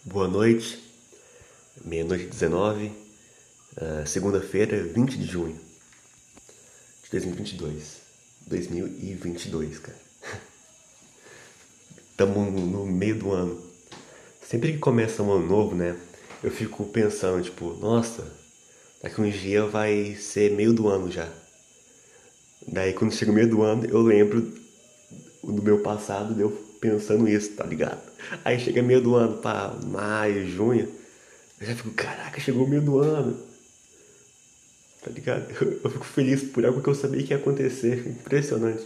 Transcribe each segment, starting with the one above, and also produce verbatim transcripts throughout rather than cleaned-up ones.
Boa noite, meia-noite e dezenove, uh, segunda-feira, vinte de junho de dois mil e vinte e dois. dois mil e vinte e dois, cara. Estamos no meio do ano. Sempre que começa um ano novo, né, eu fico pensando, tipo, nossa, daqui uns dias vai ser meio do ano já. Daí quando chega o meio do ano, eu lembro do meu passado, de eu pensando isso, tá ligado? Aí chega meio do ano, pra maio, junho, eu já fico, caraca, chegou o meio do ano. Tá ligado? Eu, eu fico feliz por algo que eu sabia que ia acontecer. Impressionante.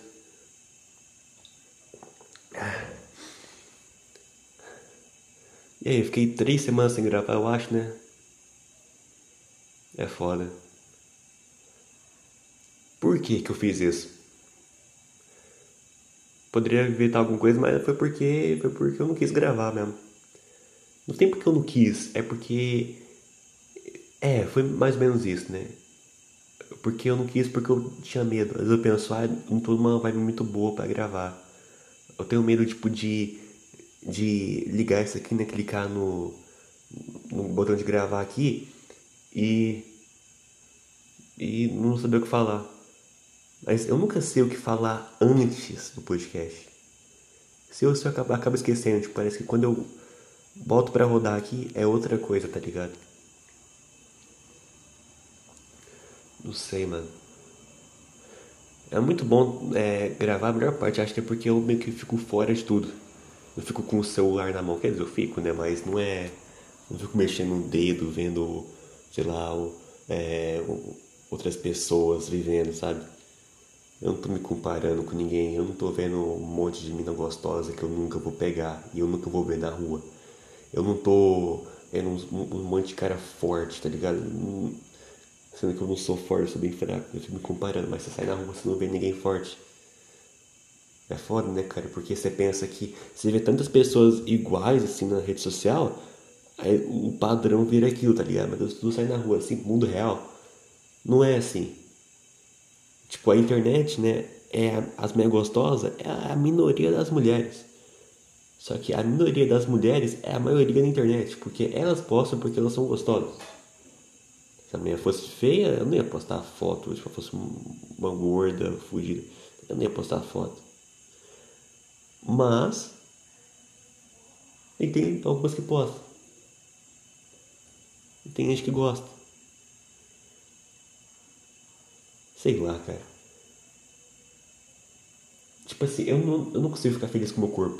E aí, eu fiquei três semanas sem gravar, eu acho, né? É foda. Por que que eu fiz isso? Poderia evitar alguma coisa, mas foi porque, foi porque eu não quis gravar mesmo. Não tem porque eu não quis, é porque... É, foi mais ou menos isso, né? Porque eu não quis, porque eu tinha medo. Às vezes eu penso, ah, não tô numa vibe muito boa pra gravar. Eu tenho medo, tipo, de, de ligar isso aqui, né? Clicar no, no botão de gravar aqui e, e não saber o que falar. Mas eu nunca sei o que falar antes do podcast. Se eu, se eu acabo, acabo esquecendo, tipo, parece que quando eu boto pra rodar aqui é outra coisa, tá ligado? Não sei, mano. É muito bom é, gravar a melhor parte, acho que é porque eu meio que fico fora de tudo. Eu fico com o celular na mão, quer dizer, eu fico, né? Mas não é. Não fico mexendo no dedo, vendo, sei lá, o- é, o- outras pessoas vivendo, sabe? Eu não tô me comparando com ninguém, eu não tô vendo um monte de mina gostosa que eu nunca vou pegar e eu nunca vou ver na rua. Eu não tô vendo um, um monte de cara forte, tá ligado? Sendo que eu não sou forte, eu sou bem fraco, eu fico me comparando, mas você sai na rua, você não vê ninguém forte. É foda, né, cara? Porque você pensa que você vê tantas pessoas iguais assim na rede social, aí o padrão vira aquilo, tá ligado? Mas tu sai na rua assim, mundo real, não é assim. Tipo, a internet, né, é a- as mulheres gostosas, é a minoria das mulheres. Só que a minoria das mulheres é a maioria na internet, porque elas postam porque elas são gostosas. Se a mulher fosse feia, eu não ia postar foto. Se eu fosse uma gorda, fugida, eu não ia postar foto. Mas, e tem algumas que postam. E tem gente que gosta. Sei lá, cara. Tipo assim, eu não, eu não consigo ficar feliz com o meu corpo.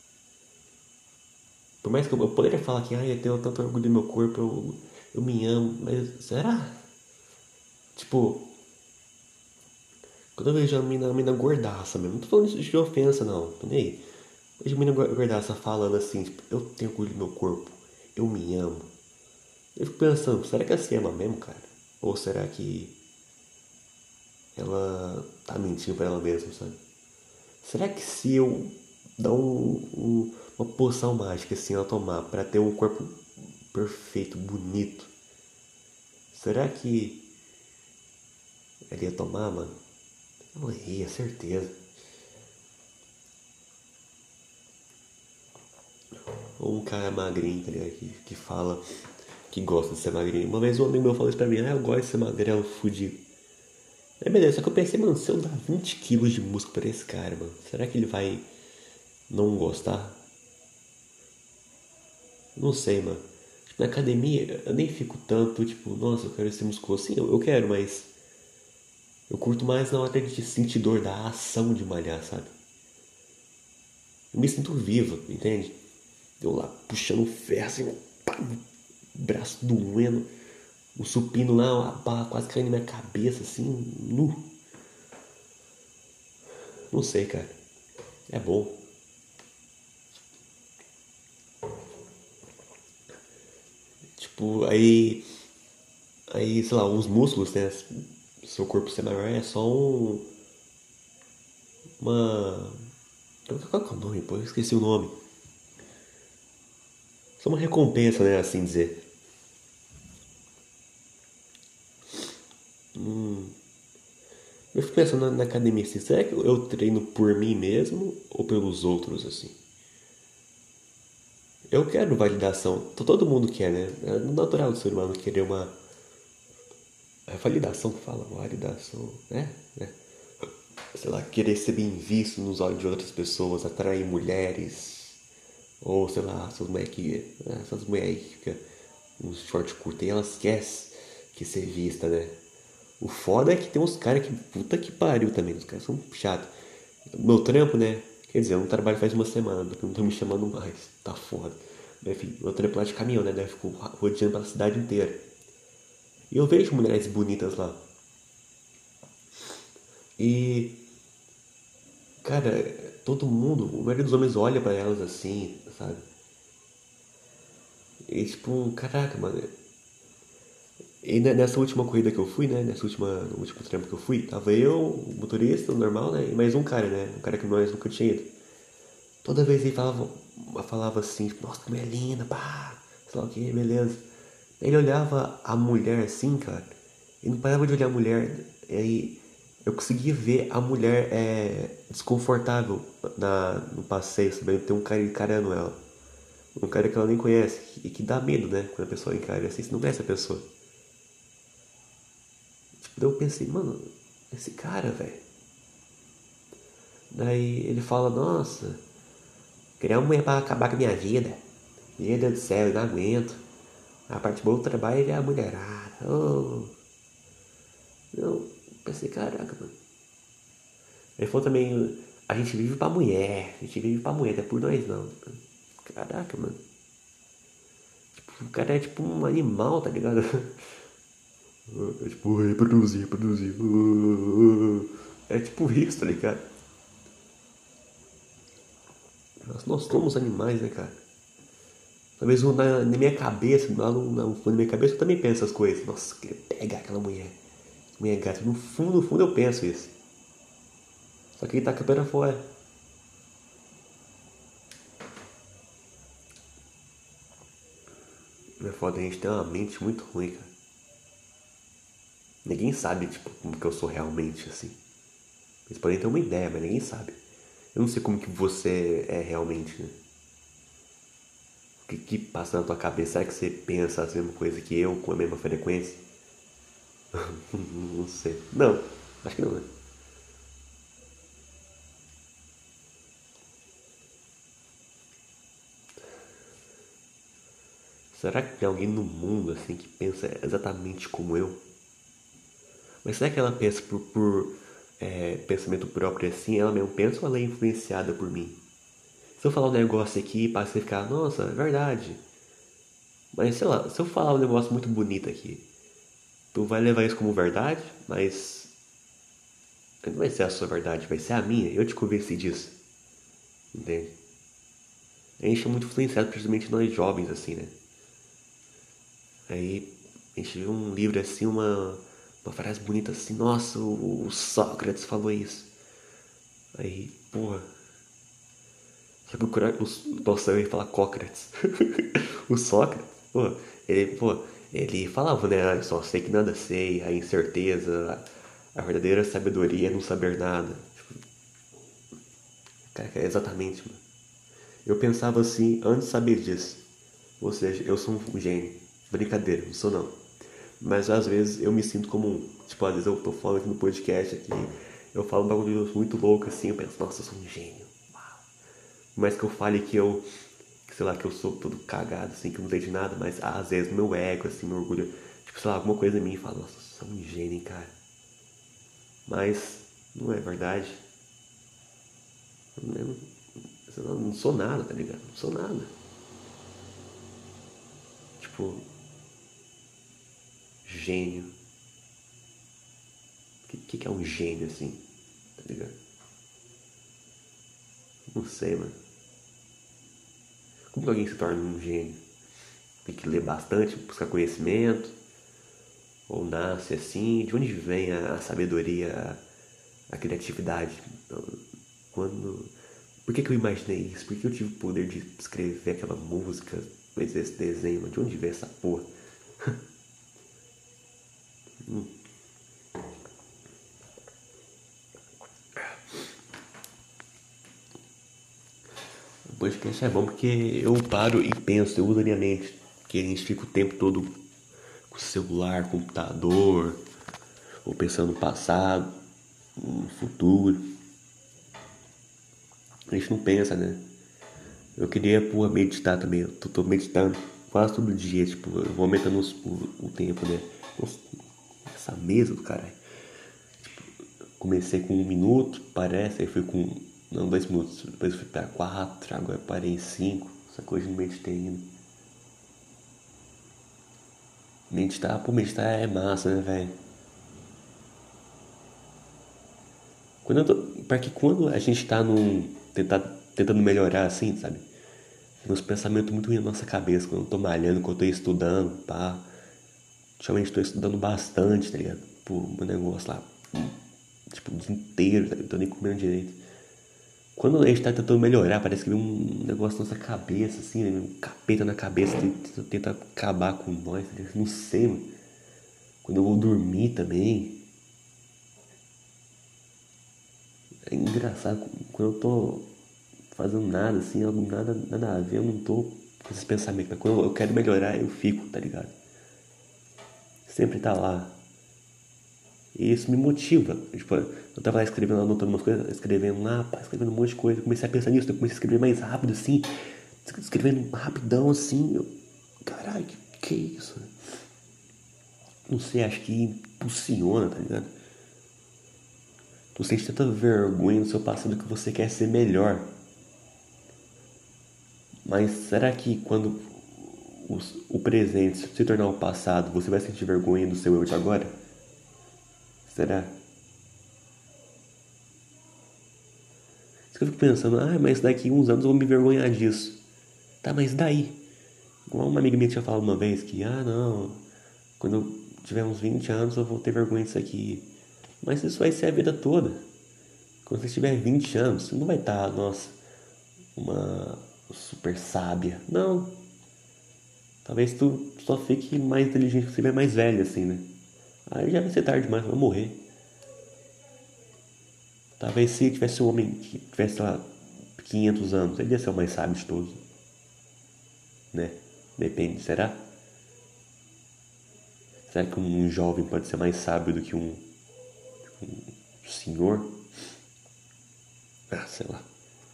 Por mais que eu, eu poderia falar que ah, eu tenho tanto orgulho do meu corpo, eu, eu me amo, mas será? Tipo, quando eu vejo a mina, a mina gordaça mesmo, não tô falando isso de ofensa não, tô nem aí. Vejo a mina gordaça falando assim, tipo, eu tenho orgulho do meu corpo, eu me amo. Eu fico pensando, será que ela se ama mesmo, cara? Ou será que ela tá mentindo pra ela mesma, sabe? Será que se eu dar um, um- uma poção mágica assim ao tomar pra ter um corpo perfeito, bonito, será que ela ia tomar, mano? Ela ia, certeza. Ou um cara magrinho, tá ligado? Que, que fala que gosta de ser magrinho. Uma vez um amigo meu falou isso pra mim, ah, eu gosto de ser magrelo, fudido. Aí beleza, só que eu pensei, mano, se eu dar vinte quilos de músculo pra esse cara, mano, será que ele vai não gostar? Não sei, mano. Tipo, na academia, eu nem fico tanto, tipo, nossa, eu quero ser musculoso. Sim, eu, eu quero, mas eu curto mais na hora de sentir dor da ação de malhar, sabe? Eu me sinto vivo, entende? Eu lá puxando o ferro, assim, pá, braço doendo, o supino lá, a barra quase caindo na minha cabeça, assim, nu. Não sei, cara. É bom. Tipo, aí. Aí, sei lá, os músculos, né? Seu corpo ser maior é só um. Uma. Qual que é o nome? Pô, eu esqueci o nome. Só uma recompensa, né? Assim dizer. Eu fico pensando na, na academia assim, será que eu treino por mim mesmo ou pelos outros, assim? Eu quero validação. To- Todo mundo quer, né? É natural do ser humano querer uma. É validação que fala? Validação. É? É. Sei lá, querer ser bem visto nos olhos de outras pessoas, atrair mulheres. Ou sei lá, essas mulheres que. Essas mulheres que ficam uns short curto e elas querem que ser vista, né? O foda é que tem uns caras que. Puta que pariu também. Os caras são chatos. Meu trampo, né? Quer dizer, eu não trabalho faz uma semana, porque não tô me chamando mais. Tá foda. Mas, enfim, meu trampo lá de caminhão, né? Daí eu fico rodeando pela cidade inteira. E eu vejo mulheres bonitas lá. E, cara, todo mundo, a maioria dos homens olha pra elas assim, sabe? E tipo, caraca, mano. E nessa última corrida que eu fui, né? Nessa última, no último trampo que eu fui, tava eu, o motorista, o normal, né? E mais um cara, né? Um cara que nós nunca tinha ido. Toda vez ele falava, falava assim, tipo, nossa, como é linda, pá, sei lá o que, beleza. Ele olhava a mulher assim, cara, e não parava de olhar a mulher, e aí eu conseguia ver a mulher é, desconfortável na, no passeio, sabendo tem um cara encarando ela. Um cara que ela nem conhece, e que dá medo, né, quando a pessoa encara assim, você não conhece a pessoa. Tipo, daí eu pensei, mano, esse cara, velho. Daí ele fala, nossa, queria uma mulher pra acabar com a minha vida. Meu Deus do céu, eu não aguento. A parte boa do trabalho é a mulherada. Oh. Eu pensei, caraca, mano. Ele falou também, a gente vive pra mulher, a gente vive pra mulher, não é por nós não. Caraca, mano. Tipo, o cara é tipo um animal, tá ligado? É tipo, reproduzir, reproduzir. É tipo isso, tá ligado? Nós, nós somos animais, né, cara? Talvez na, na minha cabeça, lá no, no fundo da minha cabeça, eu também penso essas coisas. Nossa, eu queria pegar aquela mulher. Mulher gata. No fundo, no fundo eu penso isso. Só que ele tá com a pena fora. É foda, a gente tem uma mente muito ruim, cara. Ninguém sabe, tipo, como que eu sou realmente, assim. Eles podem ter uma ideia, mas ninguém sabe. Eu não sei como que você é realmente, né? O que, que passa na tua cabeça? Será que você pensa a mesma coisa que eu, com a mesma frequência? Não sei. Não, acho que não, né? Será que tem alguém no mundo, assim, que pensa exatamente como eu? Mas será que ela pensa por, por é, pensamento próprio assim? Ela mesmo pensa ou ela é influenciada por mim? Se eu falar um negócio aqui, passa a ficar, nossa, é verdade. Mas sei lá, se eu falar um negócio muito bonito aqui, tu vai levar isso como verdade, mas não vai ser a sua verdade, vai ser a minha. Eu te convenci disso, entende? A gente é muito influenciado, principalmente nós jovens, assim, né? Aí a gente vê um livro assim, uma, uma frase bonita assim, nossa, o, o Sócrates falou isso. Aí, porra. Só que o, o nossa, eu ia falar Cócrates. O Sócrates, pô, ele, pô, ele falava, né? "Ah, eu só sei que nada sei, a incerteza, a verdadeira sabedoria é não saber nada." Tipo, cara, é exatamente, mano. Eu pensava assim antes de saber disso. Ou seja, eu sou um gênio. Brincadeira, não sou não. Mas às vezes eu me sinto como um. Tipo, às vezes eu tô falando aqui no podcast aqui, eu falo um bagulho muito louco assim, eu penso, nossa, eu sou um gênio. Uau. Mas que eu fale que eu, que, sei lá, que eu sou todo cagado, assim, que eu não sei de nada, mas às vezes meu ego, assim, meu orgulho, tipo, sei lá, alguma coisa em mim fala, nossa, eu sou um gênio, hein, cara. Mas não é verdade. Eu não, eu não sou nada, tá ligado? Não sou nada. Tipo, gênio. O que, que, que é um gênio, assim? Tá ligado? Não sei, mano. Como que alguém se torna um gênio? Tem que ler bastante, buscar conhecimento, ou nasce assim? De onde vem a, a sabedoria, a, a criatividade? Então, quando... Por que, que eu imaginei isso? Por que eu tive o poder de escrever aquela música, fazer esse desenho? De onde vem essa porra? Podcast é bom porque eu paro e penso, eu uso a minha mente. Que a gente fica o tempo todo com celular, computador, ou pensando no passado, no futuro. A gente não pensa, né? Eu queria, pô, meditar também. Eu tô, tô meditando quase todo dia, tipo, eu vou aumentando os, o, o tempo, né? Nossa, essa mesa do caralho. Comecei com um minuto, parece, aí fui com. Não, dois minutos. Depois fui pra quatro, agora parei em cinco. Essa coisa de meditei ainda. Meditar, pô, meditar é massa, né, velho? Quando eu tô. Porque quando a gente tá num. Tentar, tentando melhorar assim, sabe? Tem uns pensamentos muito ruins na nossa cabeça. Quando eu tô malhando, quando eu tô estudando, pá. Ultimamente tô estudando bastante, tá ligado? Pô, meu negócio lá. Tipo, o dia inteiro, tá ligado? Tô nem comendo direito. Quando a gente tá tentando melhorar, parece que vem um negócio na nossa cabeça, assim, né? Um capeta na cabeça, tenta, tenta acabar com nós, tá ligado? Não sei, mano. Quando eu vou dormir também. É engraçado, quando eu tô fazendo nada, assim, algo nada, nada a ver, eu não tô com esses pensamentos. Mas quando eu quero melhorar, eu fico, tá ligado? Sempre tá lá. E isso me motiva. Tipo, eu tava lá escrevendo, anotando umas coisas, escrevendo lá, pá, escrevendo um monte de coisa. Eu comecei a pensar nisso, eu comecei a escrever mais rápido, assim. Escrevendo rapidão, assim. Eu, caralho, que, que é isso? Não sei, acho que impulsiona, tá ligado? Tu sente tanta vergonha no seu passado que você quer ser melhor. Mas será que quando os- o presente se tornar o passado, você vai sentir vergonha do seu eu de agora? Será? Isso que eu fico pensando, ah, mas daqui uns anos eu vou me envergonhar disso. Tá, mas daí? Igual uma amiga minha tinha falado uma vez que, ah, não, quando eu tiver uns vinte anos eu vou ter vergonha disso aqui. Mas isso vai ser a vida toda. Quando você tiver vinte anos, você não vai estar, nossa, uma super sábia. Não. Talvez tu só fique mais inteligente quando você tiver mais velho, assim, né? Aí já vai ser tarde demais, vai morrer. Talvez se tivesse um homem que tivesse, sei lá, quinhentos anos, ele ia ser o mais sábio de todos, né? Depende, será? Será que um jovem pode ser mais sábio do que um, um senhor? Ah, sei lá.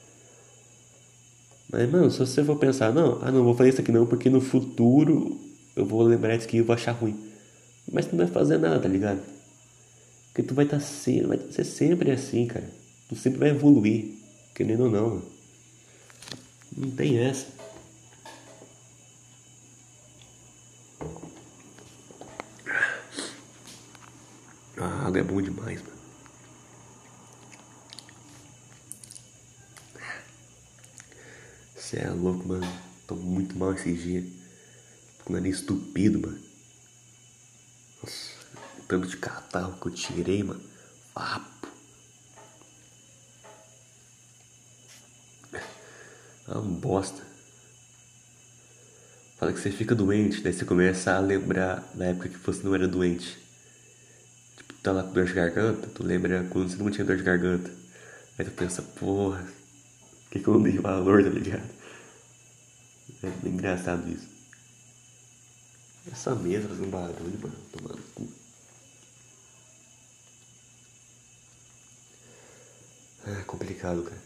Mas, mano, se você for pensar, não, ah, não, vou fazer isso aqui não, porque no futuro eu vou lembrar disso aqui e vou achar ruim. Mas tu não vai fazer nada, tá ligado? Porque tu vai estar tá sendo, vai ser sempre assim, cara. Tu sempre vai evoluir, querendo ou não, mano. Não tem essa. A água é bom demais, mano. Você é louco, mano. Tô muito mal esses dias. Tô com o nariz estupido, mano. Nossa, o tanto de catarro que eu tirei, mano. Vapo. É uma bosta. Fala que você fica doente, daí você começa a lembrar da época que você não era doente. Tipo, tá lá com dor de garganta, tu lembra quando você não tinha dor de garganta. Aí tu pensa, porra, por que, que eu não dei valor, tá ligado? É bem engraçado isso. Essa mesa fazendo barulho, mano, tomando cu. É complicado, cara.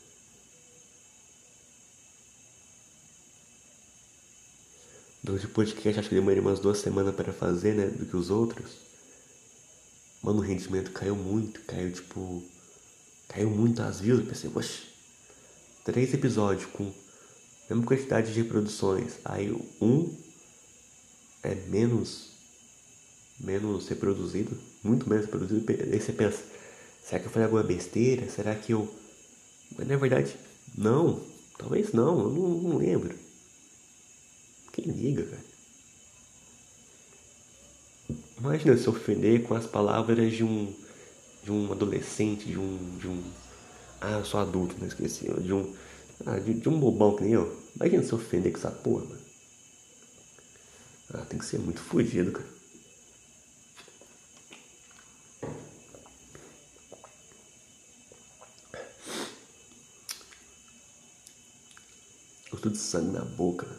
Do outro podcast, acho que demorei umas duas semanas para fazer, né, do que os outros. Mano, o rendimento caiu muito, caiu tipo. Caiu muito as views. Eu pensei, poxa, três episódios com a mesma quantidade de reproduções. Aí um é menos. Menos reproduzido. Muito menos reproduzido. Aí você pensa, será que eu falei alguma besteira? Será que eu. Mas na verdade, não. Talvez não, eu não, não lembro. Quem liga, cara? Imagina se ofender com as palavras de um. De um adolescente, de um. De um ah, eu sou adulto, não esqueci. De um. Ah, de, de um bobão que nem eu. Imagina se ofender com essa porra, mano. Ah, tem que ser muito fudido, cara. muito sangue na boca.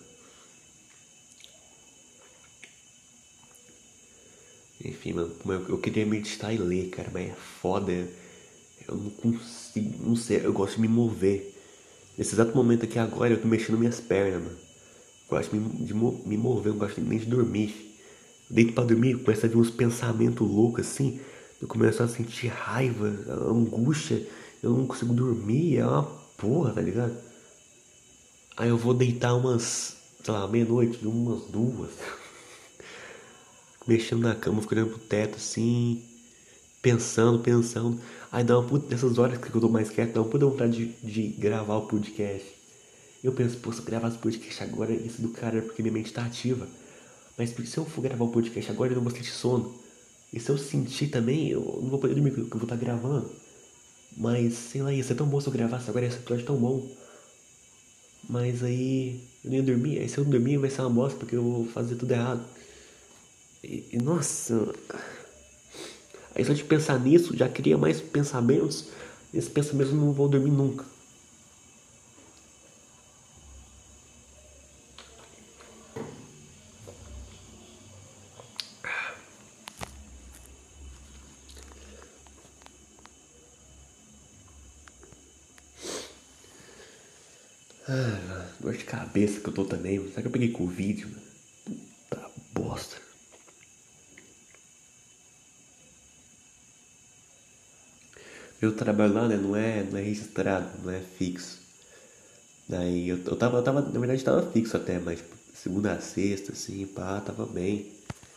Enfim, mano, eu, eu queria meditar e ler, cara, mas é foda. Eu não consigo, não sei, eu gosto de me mover. Nesse exato momento aqui agora eu tô mexendo minhas pernas, mano. Eu gosto de me, de mo- me mover, eu não gosto nem de dormir. Eu deito pra dormir, começa a vir uns pensamentos loucos assim. Eu começo a sentir raiva, angústia. Eu não consigo dormir, é uma porra, tá ligado? Aí eu vou deitar umas, sei lá, meia-noite, umas duas. Mexendo na cama, fico olhando pro teto assim, pensando, pensando. Aí dá uma puta, nessas horas que eu tô mais quieto, dá uma puta vontade de, de gravar o podcast. Eu penso, pô, se eu gravar esse podcast agora, isso do cara é porque minha mente tá ativa. Mas porque se eu for gravar o podcast agora, eu não vou sentir sono. E se eu sentir também, eu não vou poder dormir, porque eu vou estar gravando. Mas, sei lá, ia ser tão bom se eu gravasse agora, esse episódio é tão bom. Mas aí, eu nem ia dormir. Aí se eu não dormir, vai ser uma bosta, porque eu vou fazer tudo errado. E, e nossa... Aí só de pensar nisso, já cria mais pensamentos. E esses pensamentos eu não vou dormir nunca. Ah, dor de cabeça que eu tô também. Será que eu peguei Covid, mano? Puta bosta. Meu trabalho lá, né, não é, não é registrado, não é fixo. Daí eu, eu tava, eu tava, na verdade tava fixo até, mas tipo, segunda a sexta, assim, pá, tava bem.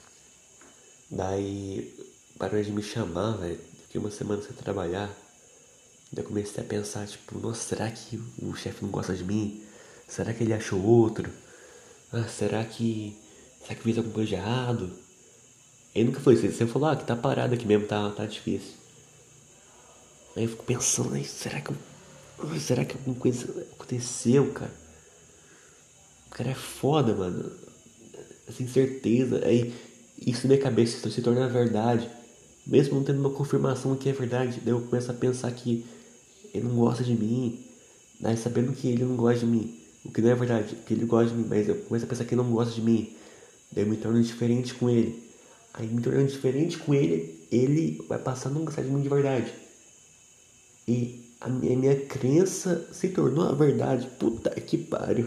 Daí parou de me chamar, velho. Fiquei uma semana sem trabalhar. Daí eu comecei a pensar, tipo, nossa, será que o chefe não gosta de mim? Será que ele achou outro? Ah, será que. Será que eu fiz alguma coisa de errado? Ele nunca foi isso, ele sempre falou, ah, que tá parado aqui mesmo, tá, tá difícil. Aí eu fico pensando, aí, será que eu. Será que alguma coisa aconteceu, cara? O cara é foda, mano. Sem certeza. Aí isso na minha cabeça se torna verdade. Mesmo não tendo uma confirmação que é verdade, daí eu começo a pensar que ele não gosta de mim. Daí sabendo que ele não gosta de mim. O que não é verdade, que ele gosta de mim, mas eu começo a pensar que ele não gosta de mim. Daí eu me torno diferente com ele. Aí me tornando diferente com ele, ele vai passar a não gostar de mim de verdade. E a minha, a minha crença se tornou a verdade. Puta que pariu.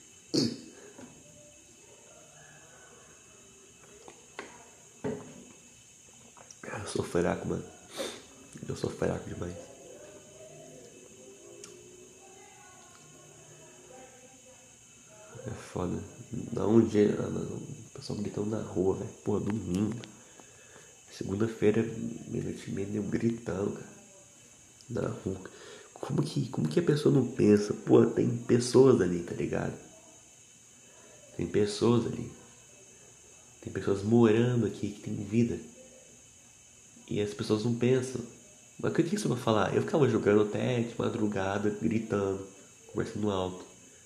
Eu sou fraco, mano. Eu sou fraco demais. É foda. Dá um dia, o pessoal gritando na rua, velho. Pô, domingo. Segunda-feira, meia-noite e meia, eu gritando, cara. Na rua. Como que, como que a pessoa não pensa? Pô, tem pessoas ali, tá ligado? Tem pessoas ali. Tem pessoas morando aqui que tem vida. E as pessoas não pensam. Mas o que isso vai falar? Eu ficava jogando até de madrugada, gritando, conversando alto.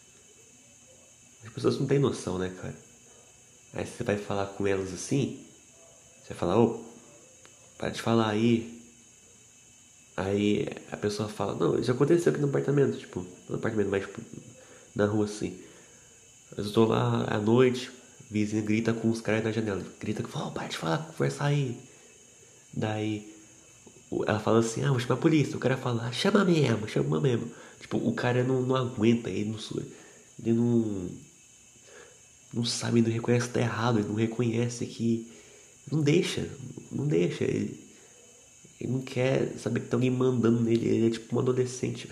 As pessoas não têm noção, né, cara? Aí você vai falar com elas assim, você vai falar, ô, para de falar aí. Aí a pessoa fala, não, isso aconteceu aqui no apartamento, tipo, no apartamento, mas tipo, na rua assim. Mas eu tô lá à noite, vizinha grita com os caras na janela, grita que fala, oh, para de falar, conversar aí. Daí ela fala assim, ah, vou chamar a polícia. O cara fala, ah, chama mesmo, chama mesmo. Tipo, o cara não, não aguenta, ele não, ele não, não sabe, não reconhece que tá errado, ele não reconhece que. Não deixa, não deixa. Ele, ele não quer saber que tem alguém mandando nele, ele é tipo um adolescente.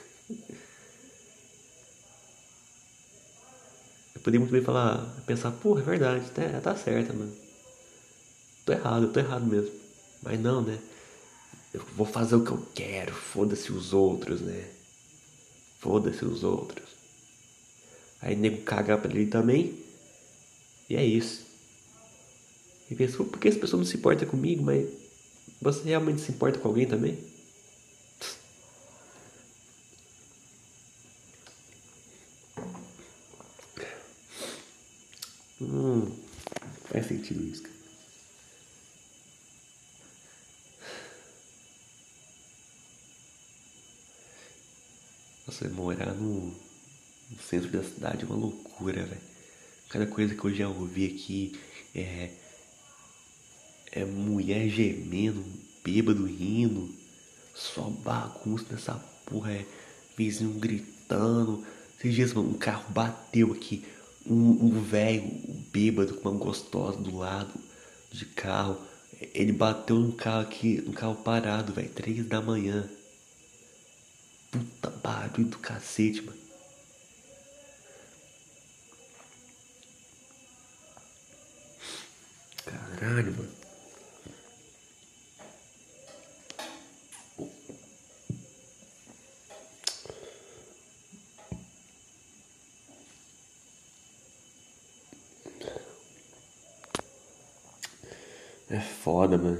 Eu poderia muito bem falar, pensar, porra, é verdade, tá, tá certa, mano. Tô errado, eu tô errado mesmo. Mas não, né? Eu vou fazer o que eu quero, foda-se os outros, né? Foda-se os outros. Aí nego caga pra ele também. E é isso. E pensa, por que essa pessoa não se importa comigo, mas você realmente se importa com alguém também? Hum, faz sentido isso, cara. Você morar no. No centro da cidade é uma loucura, velho. Cada coisa que eu já ouvi aqui é, é mulher gemendo, bêbado rindo, só bagunça nessa porra, é vizinho gritando. Esses dias, mano, um carro bateu aqui, um, um velho bêbado com uma gostosa do lado de carro. Ele bateu num carro aqui, num carro parado, velho, três da manhã. Puta barulho do cacete, mano. Caralho, mano. É foda, mano.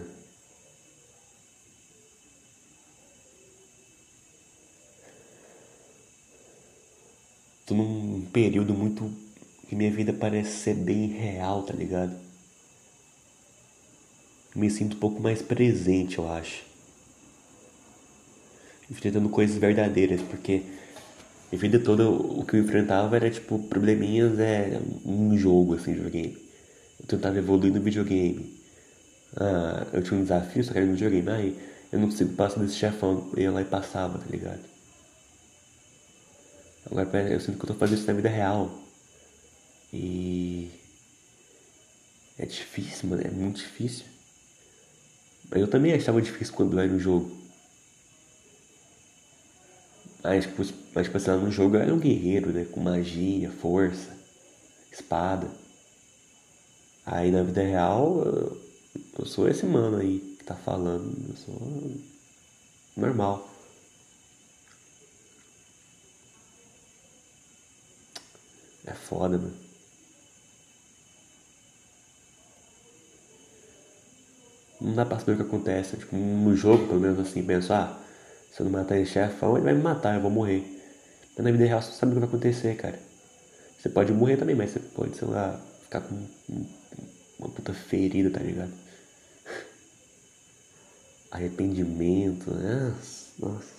Tô num período muito que minha vida parece ser bem real, tá ligado? Me sinto um pouco mais presente, eu acho. Enfrentando coisas verdadeiras, porque minha vida toda o que eu enfrentava era tipo probleminhas, é um jogo, assim, de videogame. Eu tentava evoluir no videogame. Ah, eu tinha um desafio, só que era no videogame. Aí eu não consigo passar desse chefão. Eu ia lá e passava, tá ligado? Agora eu sinto que eu tô fazendo isso na vida real. E é difícil, mano, é muito difícil. Mas eu também achava difícil quando era no jogo. Mas, tipo, mas, tipo assim, lá no jogo eu era um guerreiro, né? Com magia, força, espada. Aí na vida real, eu, eu sou esse mano aí que tá falando. Eu sou normal. É foda, mano. Não dá pra saber o que acontece. Tipo, no jogo, pelo menos assim, penso, ah, se eu não matar esse chefão, ele vai me matar, eu vou morrer. Mas na vida real você não sabe o que vai acontecer, cara. Você pode morrer também, mas você pode, sei lá, ficar com uma puta ferida, tá ligado? Arrependimento, né? Nossa.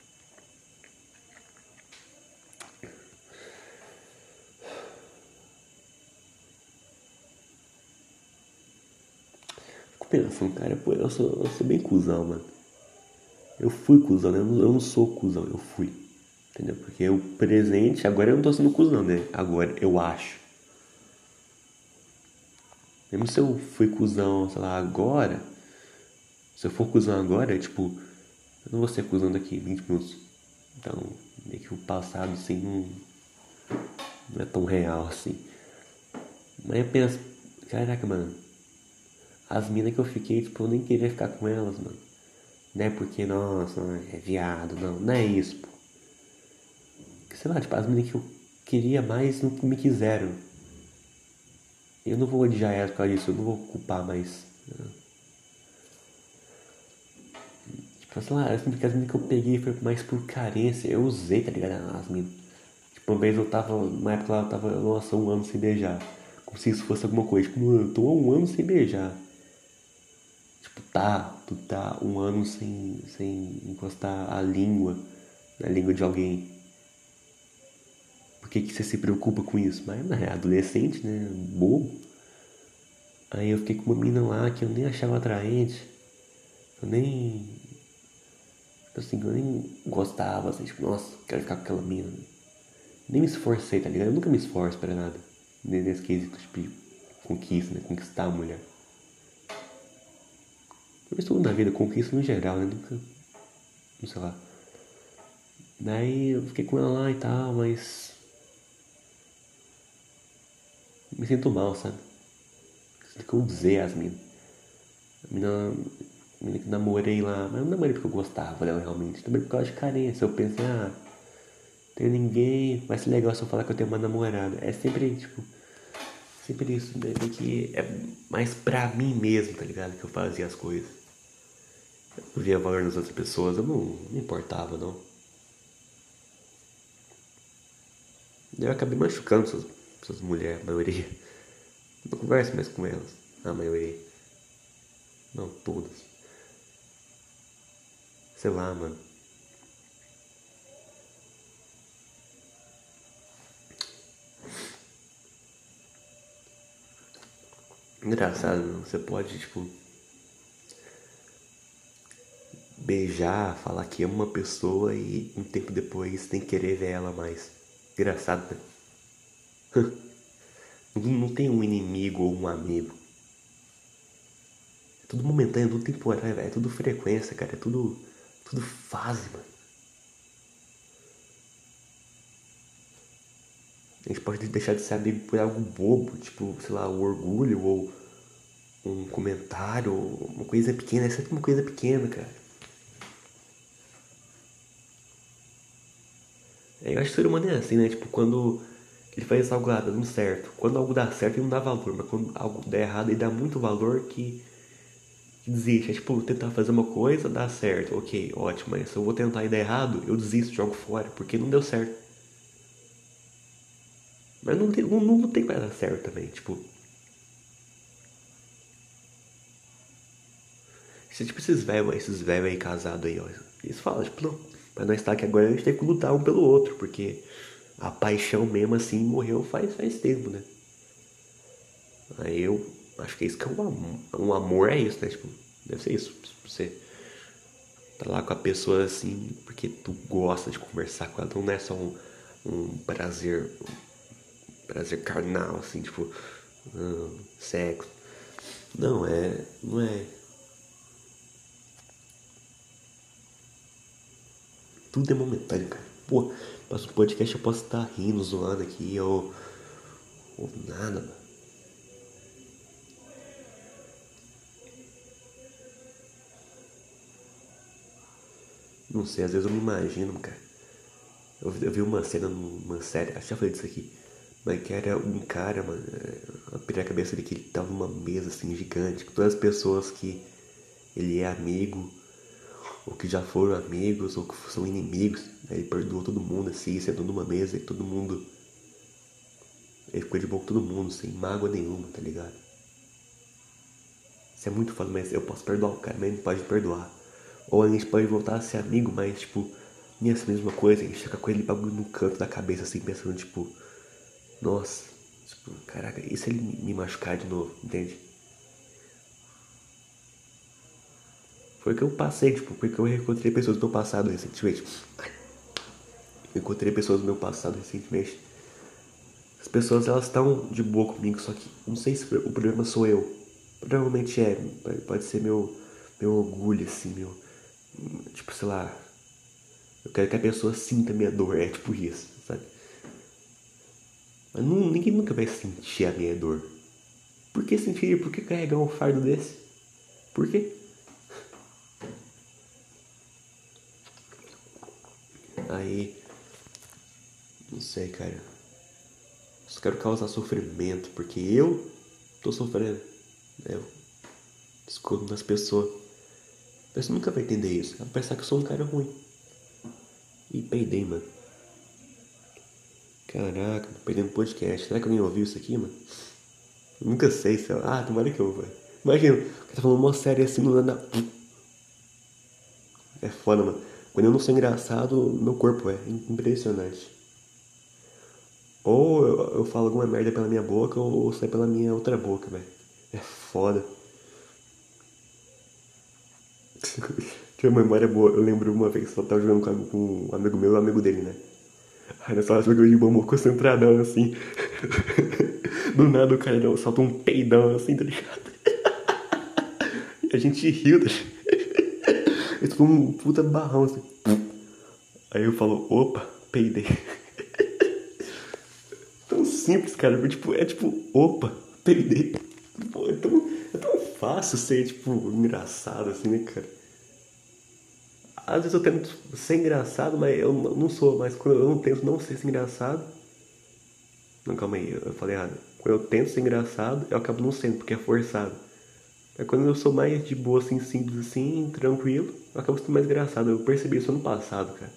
Fico pensando, cara, pô, eu sou, eu sou bem cuzão, mano. Eu fui cuzão, né? Eu não, eu não sou cuzão, eu fui. Entendeu? Porque o presente, agora eu não tô sendo cuzão, né? Agora, eu acho. Mesmo se eu fui cuzão, sei lá, agora, se eu for cuzão agora, é tipo, eu não vou ser cuzão daqui vinte minutos. Então, meio que o passado, assim, não, não é tão real, assim. Mas eu penso, caraca, mano, as minas que eu fiquei, tipo, eu nem queria ficar com elas, mano. Não é porque, nossa, é viado, não, não é isso, pô. Sei lá, tipo, as minas que eu queria mais não me quiseram. Eu não vou odiar elas por causa disso, eu não vou culpar mais. Tipo, sei lá, as minas que eu peguei foi mais por carência. Eu usei, tá ligado? As minas. Tipo, uma vez eu tava, uma época lá eu tava, nossa, um ano sem beijar. Como se isso fosse alguma coisa. Tipo, mano, eu tô há um ano sem beijar. Tipo, tá, tu tá um ano sem, sem encostar a língua na língua de alguém. Por que, que você se preocupa com isso? Mas não é adolescente, né? Bobo. Aí eu fiquei com uma mina lá que eu nem achava atraente. Eu nem. Tipo assim, eu nem gostava, assim, tipo, nossa, quero ficar com aquela mina. Nem me esforcei, tá ligado? Eu nunca me esforço pra nada. Nesse quesito, tipo, de conquista, né? Conquistar a mulher. Eu estou na vida, conquista no geral, né? Nunca. Não sei lá. Daí eu fiquei com ela lá e tal, mas. Me sinto mal, sabe? Sinto que eu usei as minas. A mina, a mina que namorei lá, mas eu não namorei porque eu gostava dela realmente. Namorei por causa de carência. Eu pensei, ah, tenho ninguém, vai ser legal se eu falar que eu tenho uma namorada. É sempre, tipo, sempre isso, né? Que é mais pra mim mesmo, tá ligado? Que eu fazia as coisas. Eu não via valor nas outras pessoas, eu não me importava, não. Eu acabei machucando essas, essas mulheres, a maioria. Não converso mais com elas, a maioria. Não, todas. Sei lá, mano. Engraçado, não? Você pode, tipo, beijar, falar que ama uma pessoa e um tempo depois nem querer ver ela mais. Engraçado, né? Não, não tem um inimigo ou um amigo. É tudo momentâneo, tudo temporário, velho. É tudo frequência, cara. É tudo, tudo fase, mano. A gente pode deixar de ser amigo por algo bobo, tipo, sei lá, o orgulho ou um comentário, uma coisa pequena. É sempre uma coisa pequena, cara. É, eu acho que o ser humano é assim, né? Tipo, quando ele faz algo lá, dando certo. Quando algo dá certo, ele não dá valor. Mas quando algo dá errado, ele dá muito valor que, que desiste. É tipo, tentar fazer uma coisa, dá certo. Ok, ótimo. Mas se eu vou tentar e dar errado, eu desisto, jogo fora. Porque não deu certo. Mas não tem, não, não tem pra dar certo também. Tipo, se, tipo esses velhos esses velhos aí casados aí, ó. Eles falam, tipo, não. Pra nós estar aqui agora, a gente tem que lutar um pelo outro. Porque a paixão mesmo assim morreu faz, faz tempo, né? Aí eu acho que é isso que é um amor. Um amor é isso, né? Tipo, deve ser isso. Você tá lá com a pessoa assim, porque tu gosta de conversar com ela. Então não é só um, um prazer, um prazer carnal, assim, tipo, hum, sexo. Não, é. Não é. Tudo é momentâneo, cara. Pô, passa um podcast, eu posso estar rindo, zoando aqui, ou. ou nada, mano. Não sei, às vezes eu me imagino, cara. Eu, eu vi uma cena numa série, acho que já falei disso aqui, mas que era um cara, mano, a pirei a cabeça dele que ele tava numa mesa assim gigante, com todas as pessoas que ele é amigo, ou que já foram amigos, ou que são inimigos. Aí ele perdoou todo mundo assim, sentou numa mesa e todo mundo. Ele ficou de boa com todo mundo, sem mágoa nenhuma, tá ligado? Isso é muito foda, mas eu posso perdoar o cara, mas ele não pode perdoar. Ou a gente pode voltar a ser amigo, mas tipo, nessa mesma coisa, a gente fica com ele bagulho no canto da cabeça, assim, pensando, tipo, nossa, tipo, caraca, e se ele me machucar de novo, entende? Foi o que eu passei, tipo, porque eu reencontrei pessoas do meu passado recentemente. Eu encontrei pessoas do meu passado recentemente. As pessoas, elas estão de boa comigo, só que não sei se o problema sou eu. Provavelmente é, pode ser meu, meu orgulho, assim, meu. Tipo, sei lá. Eu quero que a pessoa sinta minha dor, é tipo isso, sabe? Mas não, ninguém nunca vai sentir a minha dor. Por que sentir? Por que carregar um fardo desse? Por quê? Aí, não sei, cara. Só quero causar sofrimento, porque eu tô sofrendo. Né? Eu escuto nas pessoas. A pessoa nunca vai entender isso. Ela vai pensar que eu sou um cara ruim. E peidei, mano. Caraca, peidei no podcast. Será que alguém ouviu isso aqui, mano? Eu nunca sei se eu... Ah, tomara que eu ouva. Imagina, o cara tá falando uma série assim no nada. É foda, mano. Quando eu não sou engraçado, meu corpo é impressionante. Ou eu, eu falo alguma merda pela minha boca, ou sai pela minha outra boca, velho. É foda. Tinha uma memória boa. Eu lembro uma vez, eu tava jogando com, com um amigo meu e um amigo dele, né? Aí nós tava jogando de bambu concentradão, assim. Do nada o cara solta um peidão, assim, tá ligado? E a gente riu, tá ligado? E todo um puta barrão, assim. Aí eu falo, opa, peidei. Tão simples, cara. Tipo, é tipo, opa, peidei. Pô, é tão, é tão fácil ser, tipo, engraçado, assim, né, cara? Às vezes eu tento ser engraçado, mas eu não sou. Mas quando eu não tento não ser engraçado... Não, calma aí, eu falei errado. Quando eu tento ser engraçado, eu acabo não sendo, porque é forçado. É quando eu sou mais de boa, assim, simples, assim, tranquilo, eu acabo sendo mais engraçado. Eu percebi isso ano passado, cara.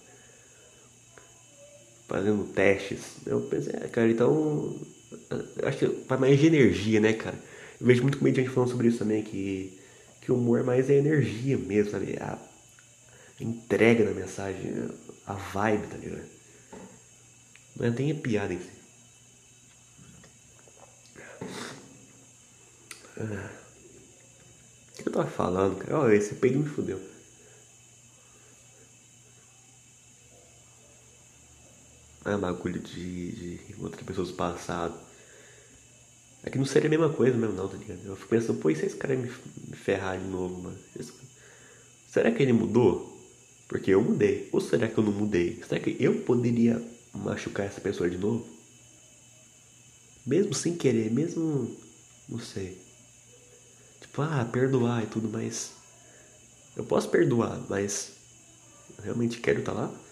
Fazendo testes. Eu pensei, é, cara, então... Eu acho que vai mais de energia, né, cara? Eu vejo muito comediante falando sobre isso também, que... Que o humor é mais é energia mesmo, sabe? A entrega da mensagem, a vibe, tá ligado? Não tem piada em si. O que eu tava falando, cara? Ó, esse peido me fudeu. Ah, bagulho de, de outras pessoas do passado. É que não seria a mesma coisa mesmo, não, tá ligado? Eu fico pensando, pô, e se esse cara me, me ferrar de novo, mano? Esse- Será que ele mudou? Porque eu mudei. Ou será que eu não mudei? Será que eu poderia machucar essa pessoa de novo? Mesmo sem querer, mesmo. Não sei. Tipo, ah, perdoar e tudo, mas. Eu posso perdoar, mas. Eu realmente quero estar lá?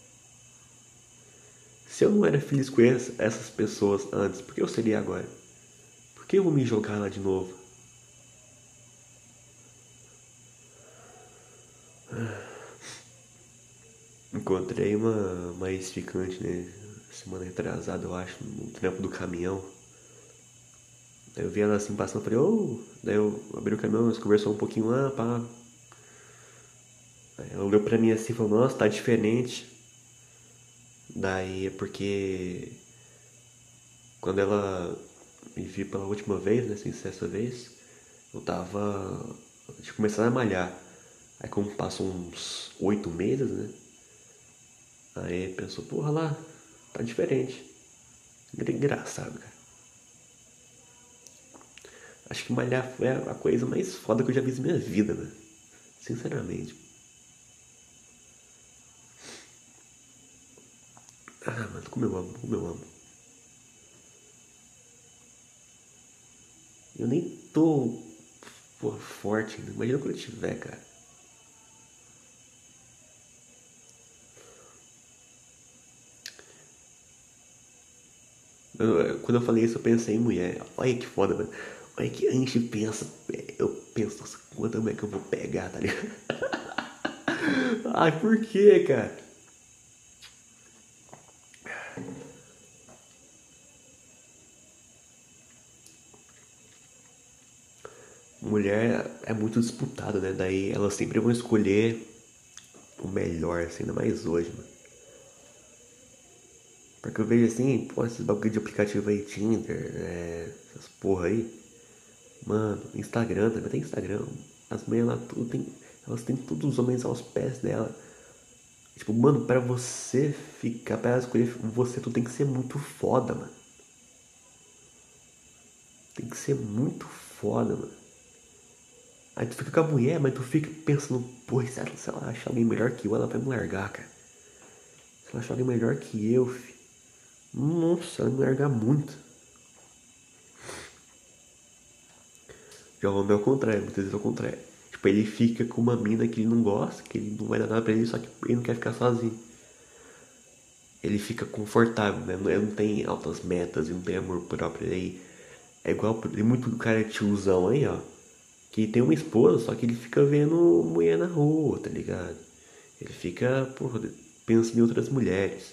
Se eu não era feliz com essas pessoas antes, por que eu seria agora? Por que eu vou me jogar lá de novo? Encontrei uma, uma ex-ficante, né? Semana retrasada, eu acho, no trampo do caminhão. Daí eu vi ela assim passando, falei, ô! Oh! Daí eu abri o caminhão, nós conversou um pouquinho lá, pá. Aí ela olhou pra mim assim e falou, nossa, tá diferente. Daí é porque quando ela me viu pela última vez, né, sem ser essa vez, eu tava de começando a malhar. Aí como passou uns oito meses, né? Aí pensou, porra lá, tá diferente. Engraçado, cara. Acho que malhar foi a coisa mais foda que eu já fiz na minha vida, mano. Sinceramente. Ah, mano, como eu amo, como eu amo. Eu nem tô, porra, forte ainda. Imagina quando eu tiver, cara. Eu- quando eu falei isso, eu pensei em mulher. Olha que foda, mano. Olha que a gente pensa. Eu penso, nossa, quanta mulher que eu vou pegar, tá ligado? Ai, por quê, cara? Mulher é muito disputada, né? Daí elas sempre vão escolher o melhor, assim, ainda mais hoje, mano. Porque eu vejo assim, pô, esses bagulho de aplicativo aí, Tinder, é, essas porra aí. Mano, Instagram também tem Instagram. As mulheres lá tudo tem. Elas têm todos os homens aos pés dela. Tipo, mano, pra você ficar, pra ela escolher você, tu tem que ser muito foda, mano. Tem que ser muito foda, mano. Aí tu fica com a mulher, mas tu fica pensando, pô, se ela, se ela achar alguém melhor que eu, ela vai me largar, cara. Se ela achar alguém melhor que eu, fi. Nossa, ela vai me largar muito. Já o homem é o contrário, muitas vezes é o contrário. Tipo, ele fica com uma mina que ele não gosta, que ele não vai dar nada pra ele, só que ele não quer ficar sozinho. Ele fica confortável, né? Ele não tem altas metas, ele não tem amor próprio. Ele é igual, tem muito cara tiozão aí, ó, que tem uma esposa, só que ele fica vendo mulher na rua, tá ligado? Ele fica, porra, pensando em outras mulheres.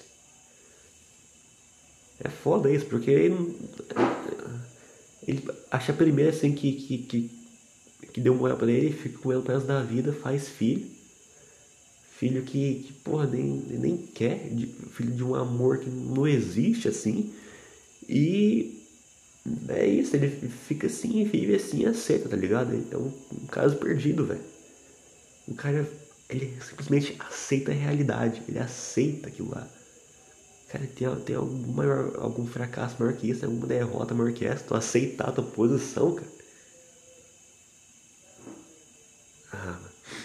É foda isso, porque ele, ele acha primeiro assim que, que, que, que deu moral pra ele, fica com ela pro resto da vida, faz filho. Filho que, que porra, nem, nem quer, de, filho de um amor que não existe assim. E é isso, ele fica assim, vive assim, aceita, tá ligado? É um, um caso perdido, velho. O cara, ele simplesmente aceita a realidade, ele aceita aquilo lá. Cara, tem, tem algum, maior, algum fracasso maior que isso, alguma derrota maior que essa, tu aceitar a tua posição, cara. Ah,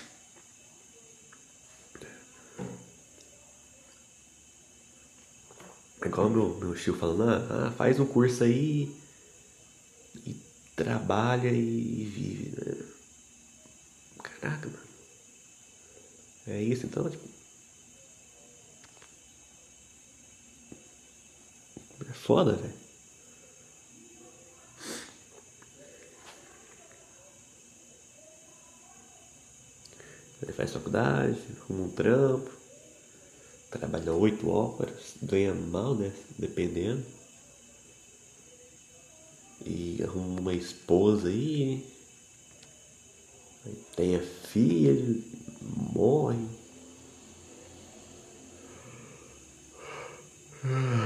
é igual meu, meu tio falando, ah, ah, faz um curso aí e trabalha e vive, né? Caraca, mano. É isso, então, tipo, é foda, velho. Ele faz faculdade, arruma um trampo, trabalha oito horas, ganha mal, né? Dependendo. E arruma uma esposa aí, aí tem a filha, morre.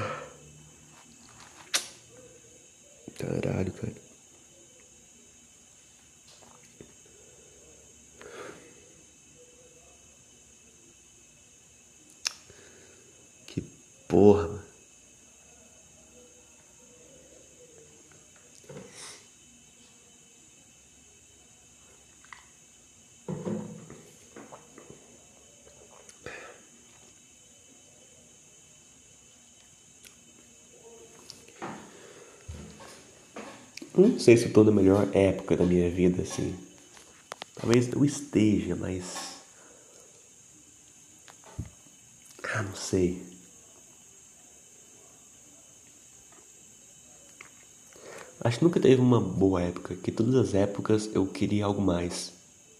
Caralho, cara. porra, mano. Não sei se eu tô na melhor época da minha vida, assim. Talvez eu esteja, mas... Ah, não sei. Acho que nunca teve uma boa época, que todas as épocas eu queria algo mais.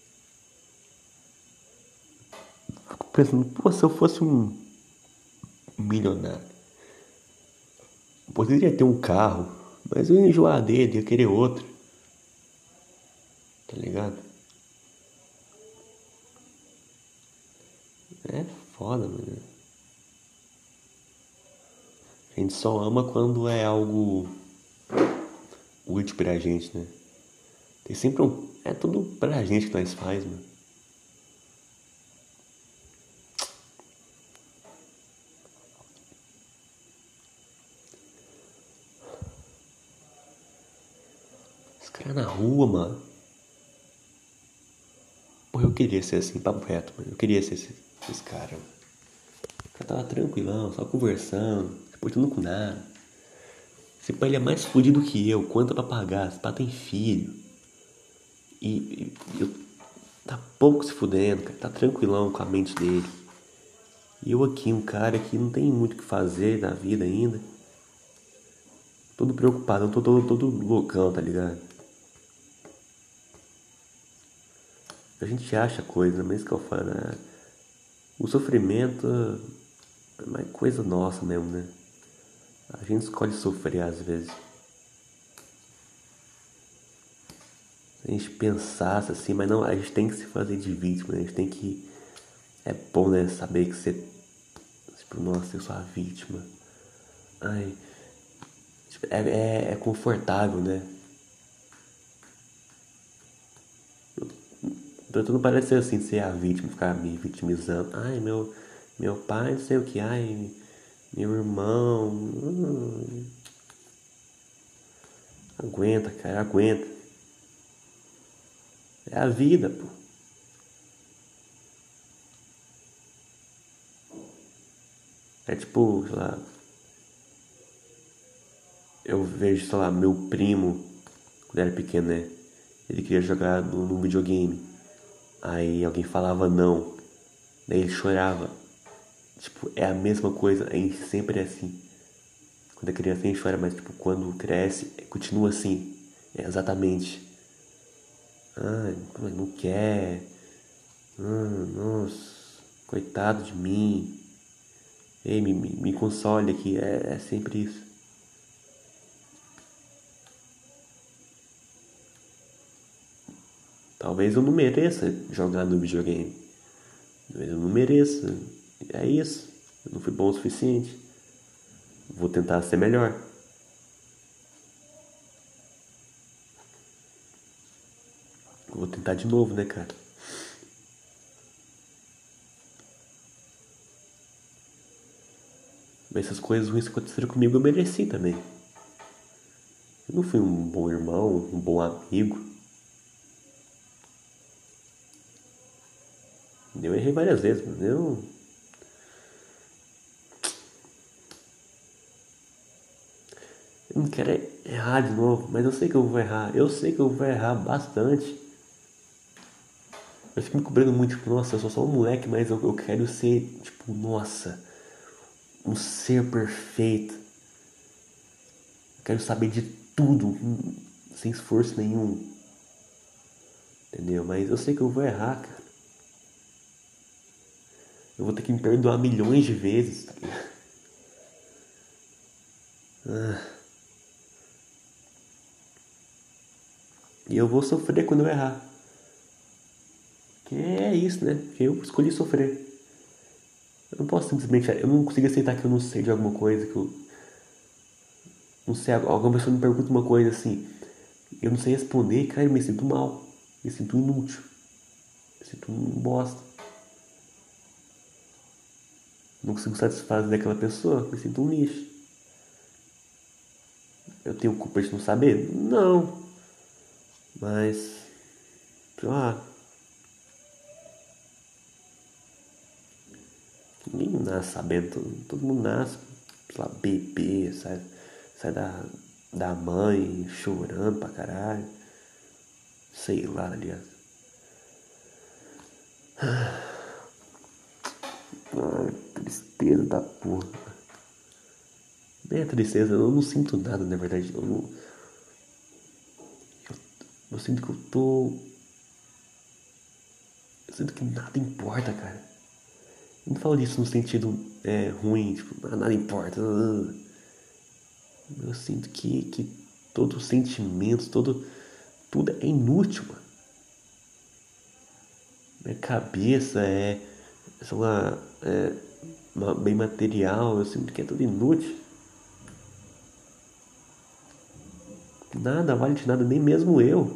Fico pensando, pô, se eu fosse um milionário, eu poderia ter um carro, mas eu ia enjoar dele, ia querer outro. Tá ligado? É foda, mano. A gente só ama quando é algo útil pra gente, né? Tem sempre um... É tudo pra gente que nós faz, mano. Esse cara na rua, mano. Pô, eu queria ser assim, papo reto, mano. Eu queria ser esse, esse cara. O cara tava tranquilão, só conversando, se portando com nada. Esse pai ele é mais fudido que eu, quanto pra pagar, esse pai tem filho. E, e eu tá pouco se fudendo, cara. Tá tranquilão com a mente dele. E eu aqui, um cara que não tem muito o que fazer na vida ainda. Todo preocupado, eu tô todo, todo loucão, tá ligado? A gente acha coisa, mas isso que eu falo, né? O sofrimento é mais coisa nossa mesmo, né? A gente escolhe sofrer às vezes. A gente pensasse assim, mas não, a gente tem que se fazer de vítima, né? A gente tem que... É bom, né? Saber que você... Tipo, nossa, eu sou a vítima. Ai... Tipo, é, é, é confortável, né? Então não parece ser assim, ser a vítima, ficar me vitimizando. Ai, meu, meu pai, não sei o que, ai, meu irmão. Hum, aguenta, cara, aguenta. É a vida, pô. É tipo, sei lá, eu vejo, sei lá, meu primo, quando era pequeno, né? Ele queria jogar no, no videogame. Aí alguém falava não. Daí ele chorava. Tipo, é a mesma coisa, a gente sempre é assim. Quando é criança a gente chora, mas tipo, quando cresce, continua assim. É exatamente. Ah, não quer. Ah, nossa, coitado de mim. Ei, me, me, me console aqui. É, é sempre isso. Talvez eu não mereça jogar no videogame. Talvez eu não mereça. É isso. Eu não fui bom o suficiente. Vou tentar ser melhor. Vou tentar de novo, né, cara? Mas essas coisas ruins que aconteceram comigo eu mereci também. Eu não fui um bom irmão, um bom amigo. Eu errei várias vezes, mas eu... Eu não quero errar de novo, mas eu sei que eu vou errar. Eu sei que eu vou errar bastante. Eu fico me cobrando muito, tipo, nossa, eu sou só um moleque, mas eu, eu quero ser, tipo, nossa, um ser perfeito. Eu quero saber de tudo, sem esforço nenhum. Entendeu? Mas eu sei que eu vou errar, cara. Eu vou ter que me perdoar milhões de vezes, tá ligado? Ah. E eu vou sofrer quando eu errar. Que é isso, né? Que eu escolhi sofrer. Eu não posso simplesmente... Eu não consigo aceitar que eu não sei de alguma coisa, que eu... Não sei, alguma pessoa me pergunta uma coisa assim... Eu não sei responder, cara, eu me sinto mal. Me sinto inútil. Me sinto um bosta. Não consigo satisfazer aquela pessoa, me sinto um lixo. Eu tenho culpa de não saber? Não. Mas, sei lá, ninguém nasce sabendo, todo, todo mundo nasce, sei lá, bebê, sai, sai da, da mãe chorando pra caralho. Sei lá, aliás. Ai, tristeza da porra. Nem é tristeza, eu não sinto nada, na verdade. Eu, não, eu, eu sinto que eu tô. Eu sinto que nada importa, cara. Eu não falo disso no sentido é, ruim, tipo, nada importa. Eu sinto que, que todo sentimento, todo, tudo é inútil, mano. Minha cabeça é, sei lá, é bem material, eu sinto que é tudo inútil. Nada vale de nada, nem mesmo eu.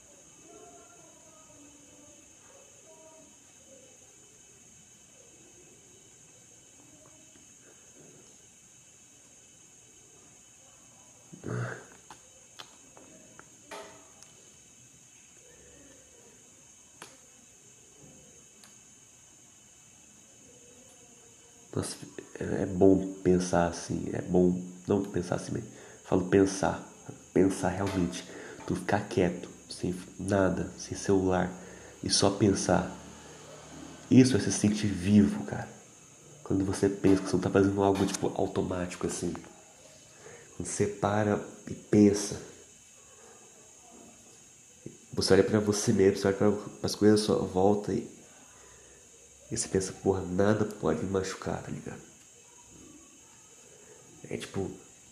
Nossa, é bom pensar assim, é bom não pensar assim, mas falo pensar, pensar realmente, tu ficar quieto, sem nada, sem celular e só pensar. Isso é se sentir vivo, cara. Quando você pensa que você não tá fazendo algo tipo automático assim. Quando você para e pensa, você olha pra você mesmo, você olha pra as coisas à sua volta e, e você pensa, porra, nada pode me machucar, tá ligado? É tipo,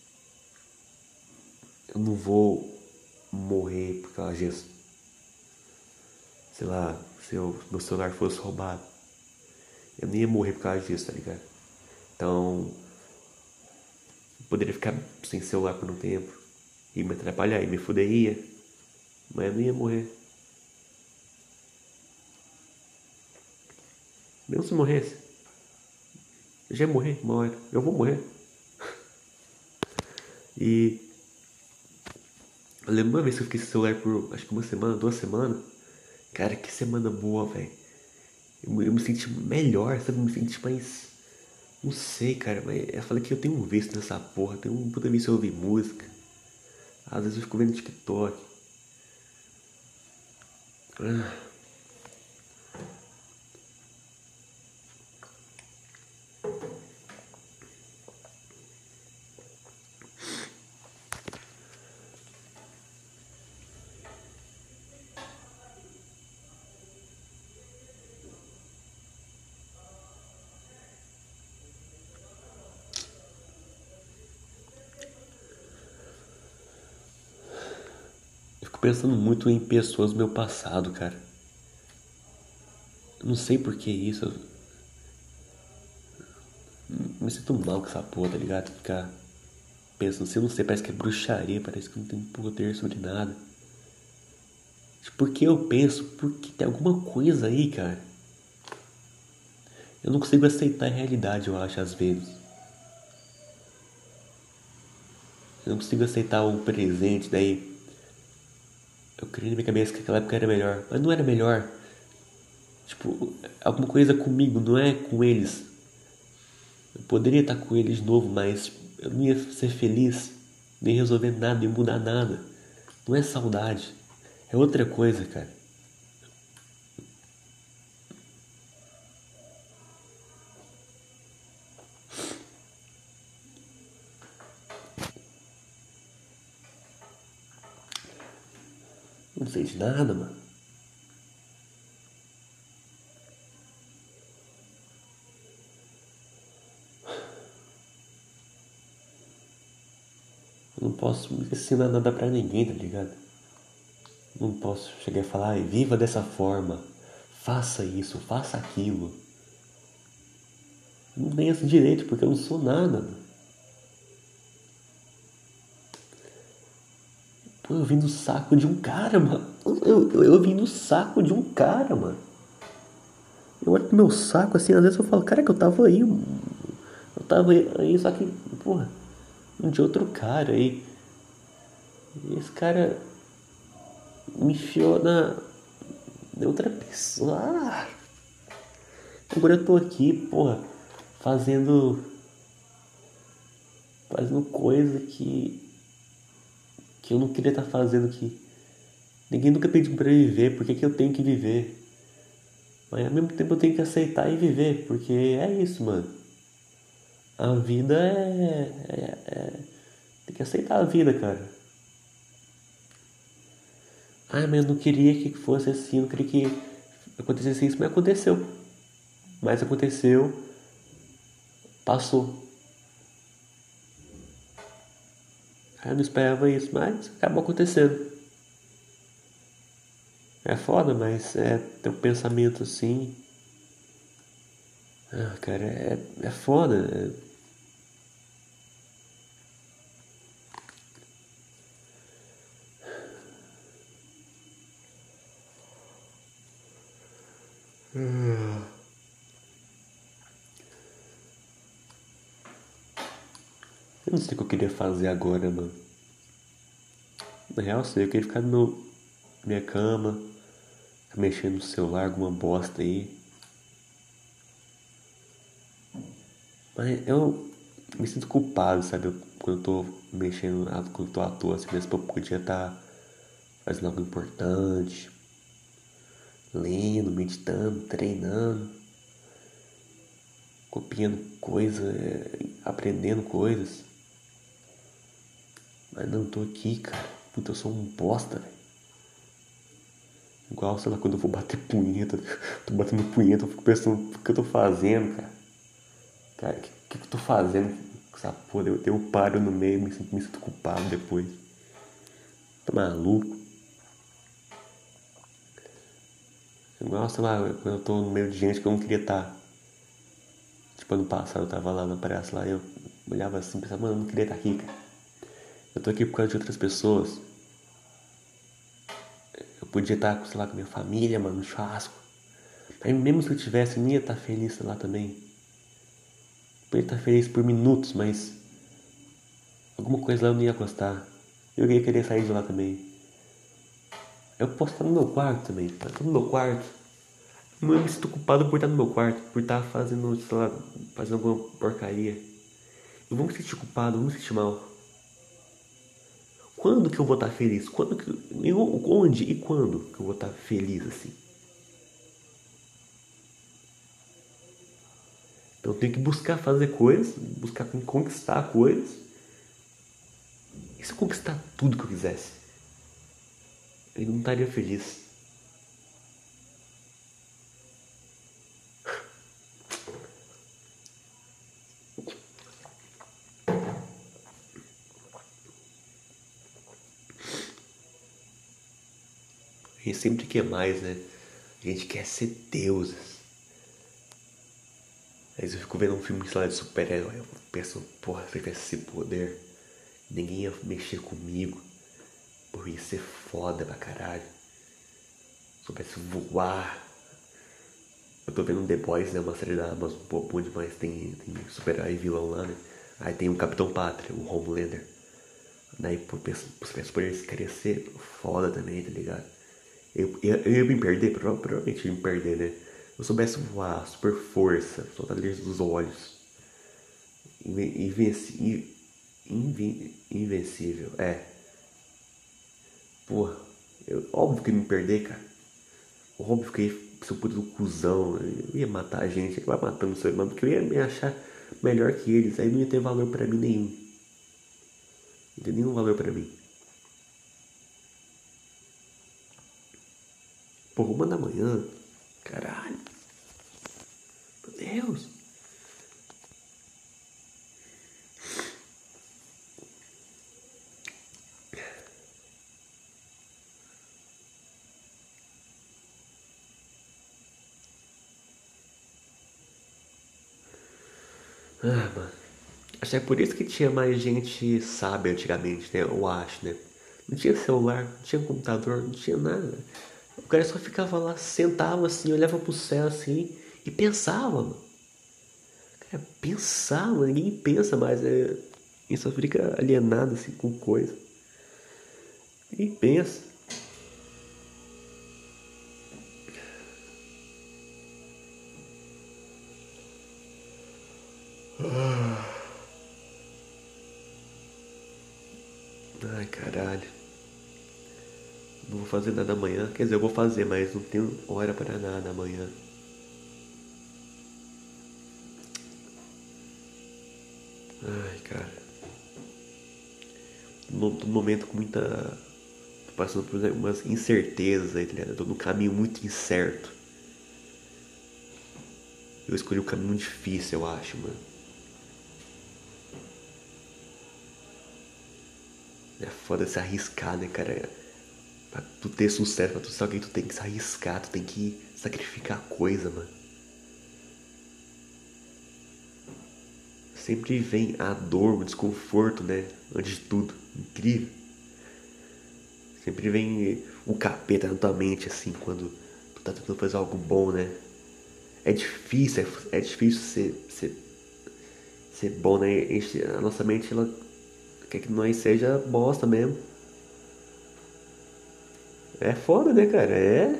eu não vou morrer por causa disso. Sei lá, se eu, meu celular fosse roubado, eu nem ia morrer por causa disso, tá ligado? Então, eu poderia ficar sem celular por um tempo e me atrapalhar e me fuder, ia, mas eu não ia morrer. Mesmo se morresse, eu já ia morrer uma hora, eu vou morrer. E eu lembro uma vez que eu fiquei sem celular por acho que uma semana, duas semanas. Cara, que semana boa, velho. Eu, eu me senti melhor, sabe? Eu me senti mais. Não sei, cara, mas eu falei que eu tenho um vício nessa porra. Tenho um puta vício em ouvir música. Às vezes eu fico vendo TikTok. Ah, eu fico pensando muito em pessoas do meu passado, cara. Eu não sei por que isso. Eu me sinto mal com essa porra, tá ligado? Ficar pensando assim, eu não sei, parece que é bruxaria, parece que não tem poder sobre nada. Porque eu penso, porque tem alguma coisa aí, cara. Eu não consigo aceitar a realidade, eu acho, às vezes. Eu não consigo aceitar o presente, daí eu criei na minha cabeça que aquela época era melhor. Mas não era melhor. Tipo, alguma coisa comigo, não é com eles. Eu poderia estar com eles de novo, mas eu não ia ser feliz, nem resolver nada, nem mudar nada. Não é saudade. É outra coisa, cara. Não sei de nada, mano. Eu não posso ensinar nada pra ninguém, tá ligado? Não posso chegar e falar, ai, viva dessa forma. Faça isso, faça aquilo. Eu não tenho esse direito, porque eu não sou nada, mano. Pô, eu vim do saco de um cara, mano. Eu, eu, eu vim do saco de um cara, mano. Eu olho pro meu saco assim, às vezes eu falo, cara, que eu tava aí tava aí, só que, porra, não tinha outro cara aí. E esse cara me enfiou na, na outra pessoa. Ah, agora eu tô aqui, porra, fazendo. Fazendo coisa que. Que eu não queria estar fazendo aqui. Ninguém nunca pediu pra viver, por que, que eu tenho que viver? Mas ao mesmo tempo eu tenho que aceitar e viver, porque é isso, mano. A vida é, é, é... Tem que aceitar a vida, cara. Ah, mas eu não queria que fosse assim, eu não queria que acontecesse isso, mas aconteceu. Mas aconteceu, passou. Ah, eu não esperava isso, mas acabou acontecendo. É foda, mas é ter um pensamento assim. Ah, cara, é, é foda. É... Eu não sei o que eu queria fazer agora, mano. Na real, eu sei, eu queria ficar no meu, minha cama, mexendo no celular, alguma bosta aí. Mas eu me sinto culpado, sabe? Eu, quando eu tô mexendo, quando eu tô à toa, assim, mesmo que eu podia estar fazendo algo importante, lendo, meditando, treinando, copiando coisas, é, aprendendo coisas. Mas não tô aqui, cara. Puta, eu sou um bosta, velho. Igual, sei lá, quando eu vou bater punheta, tô batendo punheta, eu fico pensando o que eu tô fazendo, cara. Cara, o que, que, que eu tô fazendo com essa porra? Eu, eu paro no meio, me sinto, me sinto culpado depois. Tô maluco. Igual, sei lá, quando eu tô no meio de gente que eu não queria estar. Tipo, ano passado eu tava lá na praça lá, eu olhava assim, pensava, mano, eu não queria estar aqui, cara. Eu tô aqui por causa de outras pessoas. Eu podia estar, sei lá, com a minha família, mano, no churrasco. Aí mesmo se eu tivesse, eu não ia estar feliz lá também. Eu podia estar feliz por minutos, mas alguma coisa lá eu não ia gostar. Eu ia querer sair de lá também. Eu posso estar no meu quarto também, tá? Tô no meu quarto. Eu me sinto culpado por estar no meu quarto, por estar fazendo, sei lá, fazendo alguma porcaria. Eu vou me sentir culpado, eu vou me sentir mal. Quando que eu vou estar feliz? Quando que, onde e quando que eu vou estar feliz assim? Então eu tenho que buscar fazer coisas, buscar conquistar coisas. E se eu conquistar tudo que eu quisesse? Eu não estaria feliz. A gente sempre quer mais, né? A gente quer ser deuses. Aí eu fico vendo um filme, sei lá, de super-herói. Eu penso, porra, se eu tivesse esse poder, ninguém ia mexer comigo. Porra, ia ser foda pra caralho. Se eu soubesse voar. Eu tô vendo um The Boys, né? Uma série da Amazon, pô, bom demais. Tem, tem super-herói e vilão lá, né? Aí tem o Capitão Pátria, o Homelander. Daí, pô, penso, se tivesse poder, esse cara ia ser foda também, tá ligado? Eu, eu, eu ia me perder, provavelmente ia me perder, né? Se eu soubesse voar, super força, soltar luz dos olhos. Invenci, inven, invencível, é. Porra, eu, óbvio que ia me perder, cara. Óbvio que eu ia ser um puto do cuzão, eu ia matar a gente, vai matando o seu irmão, porque eu ia me achar melhor que eles, aí não ia ter valor pra mim nenhum. Não tem nenhum valor pra mim. Pô, uma da manhã, caralho. Meu Deus. Ah, mano. Acho que é por isso que tinha mais gente sábia antigamente, né? Eu acho, né? Não tinha celular, não tinha computador, não tinha nada. O cara só ficava lá, sentava assim, olhava pro céu assim e pensava, mano. É pensar, mano. Ninguém pensa mais. É... A gente só fica alienado assim com coisa. Ninguém pensa. Ai, caralho. Não vou fazer nada amanhã. Quer dizer, eu vou fazer, mas não tenho hora para nada amanhã. Ai, cara. Tô num momento com muita. Tô passando por umas incertezas aí, tá ligado? Eu tô num caminho muito incerto. Eu escolhi um caminho difícil, eu acho, mano. É foda se arriscar, né, cara? Pra tu ter sucesso, pra tu ser alguém, tu tem que se arriscar, tu tem que sacrificar coisa, mano. Sempre vem a dor, o desconforto, né? Antes de tudo. Incrível. Sempre vem o capeta na tua mente, assim, quando tu tá tentando fazer algo bom, né? É difícil, é, é difícil ser, ser, ser bom, né? A, gente, a nossa mente, ela quer que nós seja bosta mesmo. É foda, né, cara? É.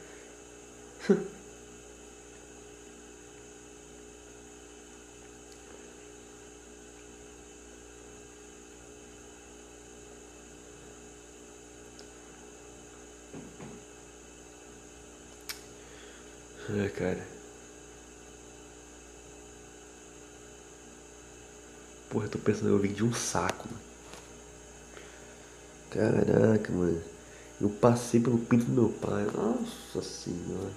É, cara. Porra, eu tô pensando, eu vim de um saco, mano. Caraca, mano. Eu passei pelo pinto do meu pai. Nossa senhora.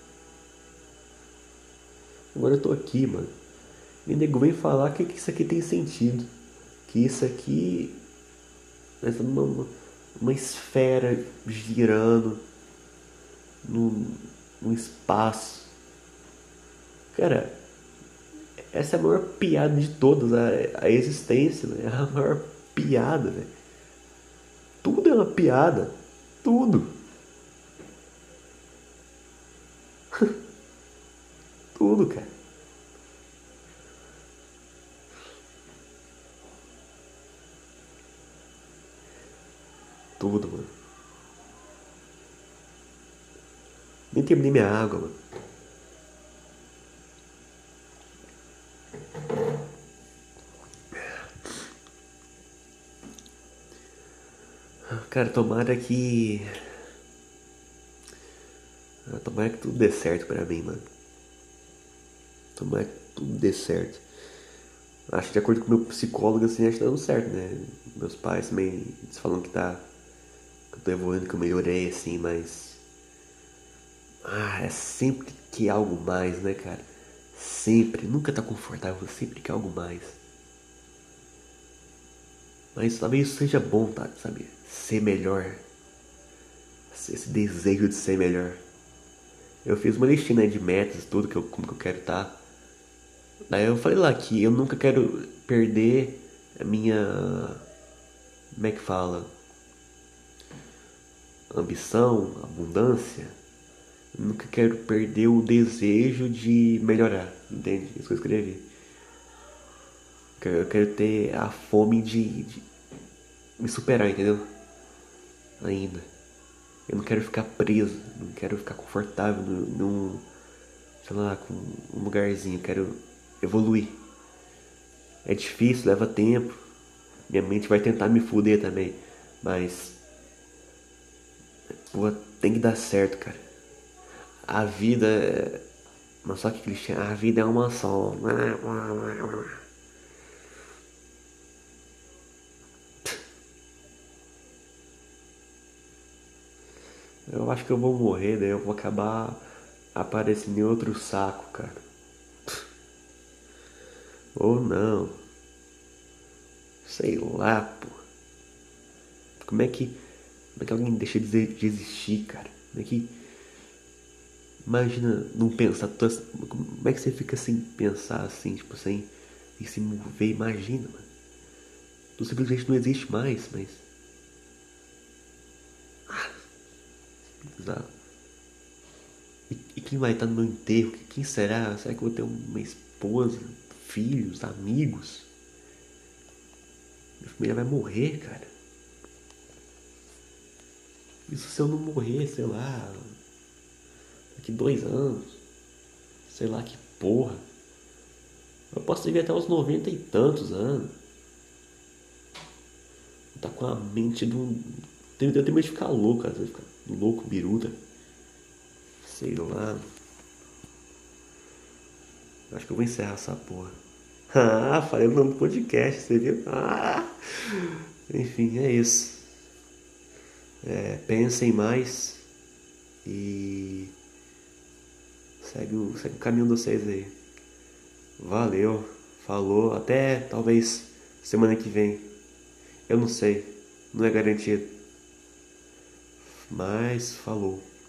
Agora eu tô aqui, mano. E o nego vem falar que, que isso aqui tem sentido. Que isso aqui é uma, uma esfera girando num, num espaço. Cara, essa é a maior piada de todas. A, a existência, né? É a maior piada, velho. Tudo é uma piada. Tudo. Tudo, cara. Tudo, mano. Nem terminei minha água, mano. Cara, tomara que. ah, Tomara que tudo dê certo pra mim, mano. Tomara que tudo dê certo. Acho que de acordo com o meu psicólogo, assim, acho que tá dando certo, né? Meus pais também, eles falam que tá. Que eu tô evoluindo, que eu melhorei, assim, mas. Ah, é sempre que algo mais, né, cara? Sempre. Nunca tá confortável, sempre que algo mais. Mas talvez isso seja bom, tá? Sabe? Ser melhor. Esse desejo de ser melhor. Eu fiz uma listinha, né, de metas, tudo que eu, como que eu quero estar. Tá. Daí eu falei lá que eu nunca quero perder a minha. Como é que fala? Ambição, abundância. Eu nunca quero perder o desejo de melhorar, entende? Isso que eu escrevi. Eu quero ter a fome de, de me superar, entendeu? Ainda. Eu não quero ficar preso, não quero ficar confortável num, sei lá, com um lugarzinho. Eu quero evoluir. É difícil, leva tempo. Minha mente vai tentar me fuder também. Mas, pô, tem que dar certo, cara. A vida é... Mas só que clichê, a vida é uma só. Eu acho que eu vou morrer, daí eu vou acabar aparecendo em outro saco, cara. Ou não. Sei lá, pô. Como é que. Como é que alguém deixa de existir, cara? Como é que. Imagina não pensar. Como é que você fica sem pensar assim, tipo, sem, sem se mover? Imagina, mano. Tu simplesmente não existe mais, mas. Ah, bizarro. E, e quem vai estar no meu enterro? Quem será? Será que eu vou ter uma esposa? filhos, amigos. Minha família vai morrer, cara. Isso se eu não morrer, sei lá, daqui dois anos. Sei lá que porra. Eu posso viver até os noventa e tantos anos. Tá com a mente de um. Eu tenho medo de ficar louco, às vezes ficar louco, biruta. Sei lá. Acho que eu vou encerrar essa porra. Ah, falei o nome do podcast, você viu? Ah! Enfim, é isso. É, pensem mais e segue o, segue o caminho de vocês aí. Valeu, falou, até talvez semana que vem. Eu não sei, não é garantido. Mas falou.